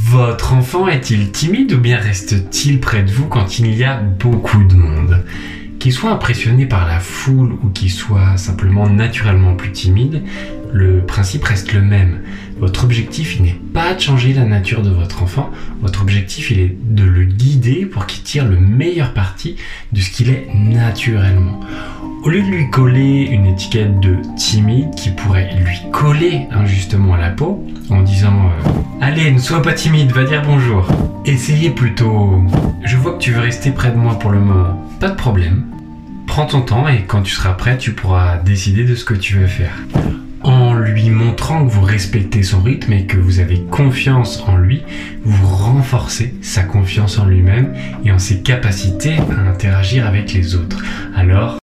Votre enfant est-il timide ou bien reste-t-il près de vous quand il y a beaucoup de monde? Qu'il soit impressionné par la foule ou qu'il soit simplement naturellement plus timide, le principe reste le même. Votre objectif, il n'est pas de changer la nature de votre enfant. Votre objectif, il est de le guider pour qu'il tire le meilleur parti de ce qu'il est naturellement. Au lieu de lui coller une étiquette de timide qui pourrait lui coller injustement à la peau en disant allez, ne sois pas timide, va dire bonjour. Essayez plutôt je vois que tu veux rester près de moi pour le moment. Pas de problème. Prends ton temps et quand tu seras prêt, tu pourras décider de ce que tu veux faire. En lui montrant que vous respectez son rythme et que vous avez confiance en lui, vous renforcez sa confiance en lui-même et en ses capacités à interagir avec les autres. Alors,